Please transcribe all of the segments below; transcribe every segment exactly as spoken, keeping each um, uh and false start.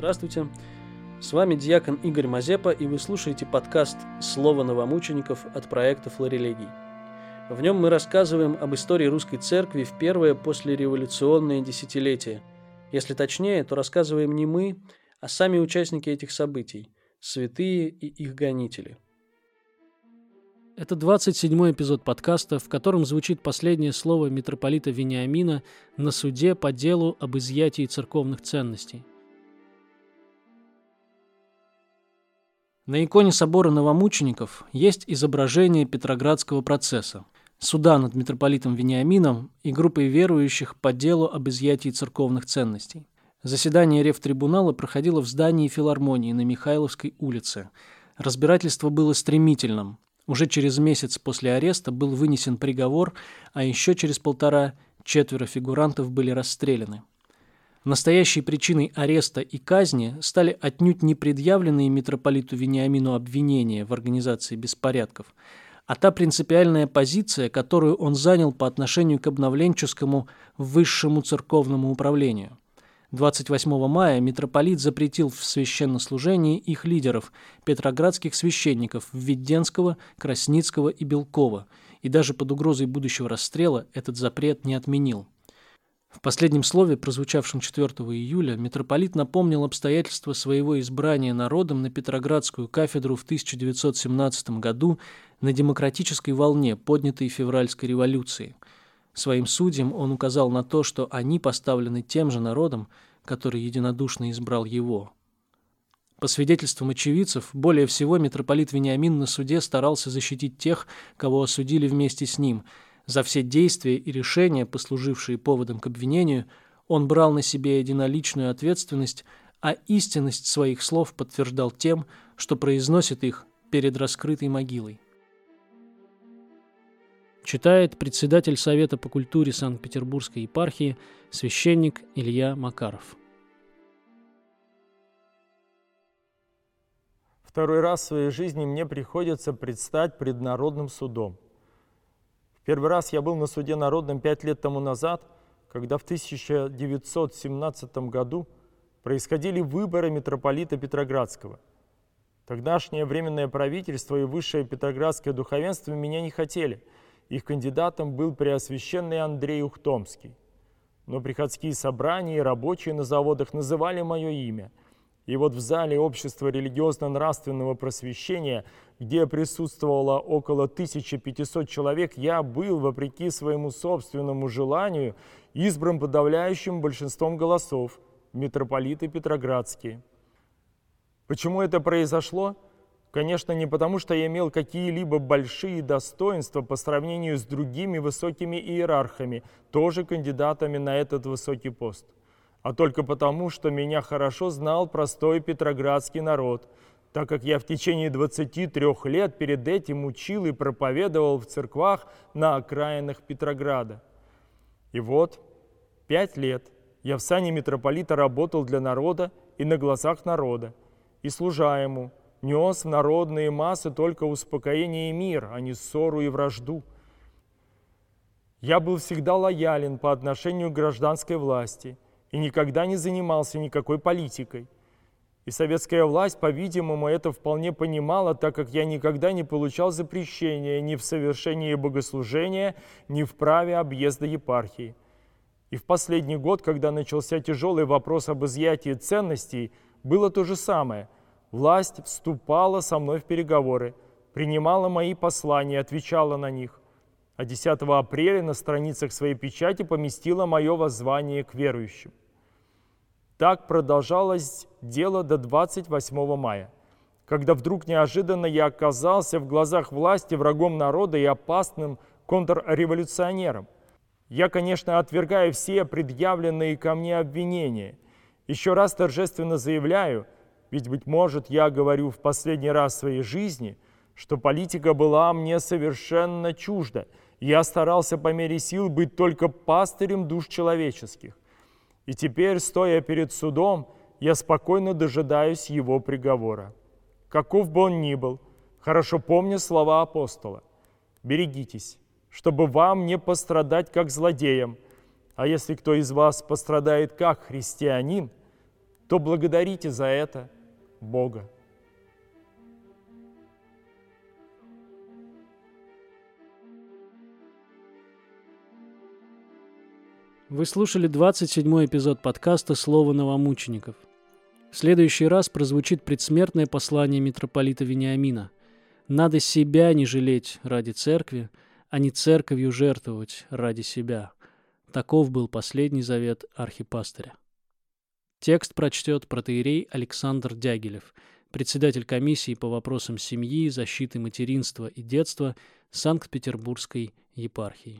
Здравствуйте, с вами диакон Игорь Мазепа, и вы слушаете подкаст «Слово новомучеников» от проекта «Флорелегий». В нем мы рассказываем об истории русской церкви в первое послереволюционное десятилетие. Если точнее, то рассказываем не мы, а сами участники этих событий, святые и их гонители. Это двадцать седьмой эпизод подкаста, в котором звучит последнее слово митрополита Вениамина на суде по делу об изъятии церковных ценностей. На иконе собора новомучеников есть изображение Петроградского процесса, суда над митрополитом Вениамином и группой верующих по делу об изъятии церковных ценностей. Заседание рефтрибунала проходило в здании филармонии на Михайловской улице. Разбирательство было стремительным. Уже через месяц после ареста был вынесен приговор, а еще через полтора четверо фигурантов были расстреляны. Настоящей причиной ареста и казни стали отнюдь не предъявленные митрополиту Вениамину обвинения в организации беспорядков, а та принципиальная позиция, которую он занял по отношению к обновленческому высшему церковному управлению. двадцать восьмого мая митрополит запретил в священнослужении их лидеров, петроградских священников Введенского, Красницкого и Белкова, и даже под угрозой будущего расстрела этот запрет не отменил. В последнем слове, прозвучавшем четвёртого июля, митрополит напомнил обстоятельства своего избрания народом на Петроградскую кафедру в тысяча девятьсот семнадцатом году на демократической волне, поднятой февральской революцией. Своим судьям он указал на то, что они поставлены тем же народом, который единодушно избрал его. По свидетельствам очевидцев, более всего митрополит Вениамин на суде старался защитить тех, кого осудили вместе с ним. За все действия и решения, послужившие поводом к обвинению, он брал на себе единоличную ответственность, а истинность своих слов подтверждал тем, что произносит их перед раскрытой могилой. Читает председатель Совета по культуре Санкт-Петербургской епархии священник Илья Макаров. Второй раз в своей жизни мне приходится предстать пред народным судом. Первый раз я был на суде народном пять лет тому назад, когда в тысяча девятьсот семнадцатом году происходили выборы митрополита Петроградского. Тогдашнее временное правительство и высшее петроградское духовенство меня не хотели. Их кандидатом был преосвященный Андрей Ухтомский. Но приходские собрания и рабочие на заводах называли мое имя. И вот в зале общества религиозно-нравственного просвещения, где присутствовало около тысячи пятисот человек, я был, вопреки своему собственному желанию, избран подавляющим большинством голосов, митрополиты Петроградские. Почему это произошло? Конечно, не потому, что я имел какие-либо большие достоинства по сравнению с другими высокими иерархами, тоже кандидатами на этот высокий пост, а только потому, что меня хорошо знал простой петроградский народ, так как я в течение двадцати трёх лет перед этим учил и проповедовал в церквах на окраинах Петрограда. И вот пять лет я в сане митрополита работал для народа и на глазах народа, и, служа ему, нес в народные массы только успокоение и мир, а не ссору и вражду. Я был всегда лоялен по отношению к гражданской власти и никогда не занимался никакой политикой. И советская власть, по-видимому, это вполне понимала, так как я никогда не получал запрещения ни в совершении богослужения, ни в праве объезда епархии. И в последний год, когда начался тяжелый вопрос об изъятии ценностей, было то же самое. Власть вступала со мной в переговоры, принимала мои послания, отвечала на них. А десятого апреля на страницах своей печати поместила мое воззвание к верующим. Так продолжалось дело до двадцать восьмого мая, когда вдруг неожиданно я оказался в глазах власти врагом народа и опасным контрреволюционером. Я, конечно, отвергаю все предъявленные ко мне обвинения. Еще раз торжественно заявляю, ведь, быть может, я говорю в последний раз в своей жизни, что политика была мне совершенно чужда. Я старался по мере сил быть только пастырем душ человеческих. И теперь, стоя перед судом, я спокойно дожидаюсь его приговора. Каков бы он ни был, хорошо помню слова апостола: «Берегитесь, чтобы вам не пострадать как злодеям, а если кто из вас пострадает как христианин, то благодарите за это Бога. Вы слушали двадцать седьмой эпизод подкаста «Слово новомучеников». В следующий раз прозвучит предсмертное послание митрополита Вениамина. Надо себя не жалеть ради церкви, а не церковью жертвовать ради себя. Таков был последний завет архипастыря. Текст прочтет протоиерей Александр Дягилев, председатель комиссии по вопросам семьи, защиты материнства и детства Санкт-Петербургской епархии.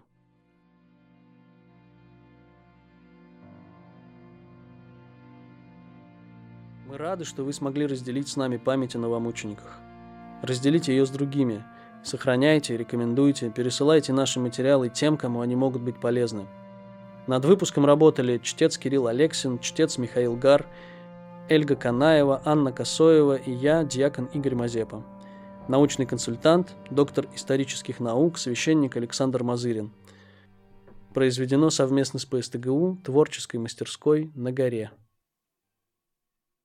Мы рады, что вы смогли разделить с нами память о новомучениках. Разделите ее с другими. Сохраняйте, рекомендуйте, пересылайте наши материалы тем, кому они могут быть полезны. Над выпуском работали чтец Кирилл Алексин, чтец Михаил Гар, Эльга Канаева, Анна Косоева и я, диакон Игорь Мазепа. Научный консультант, доктор исторических наук, священник Александр Мазырин. Произведено совместно с ПСТГУ, творческой мастерской «На горе».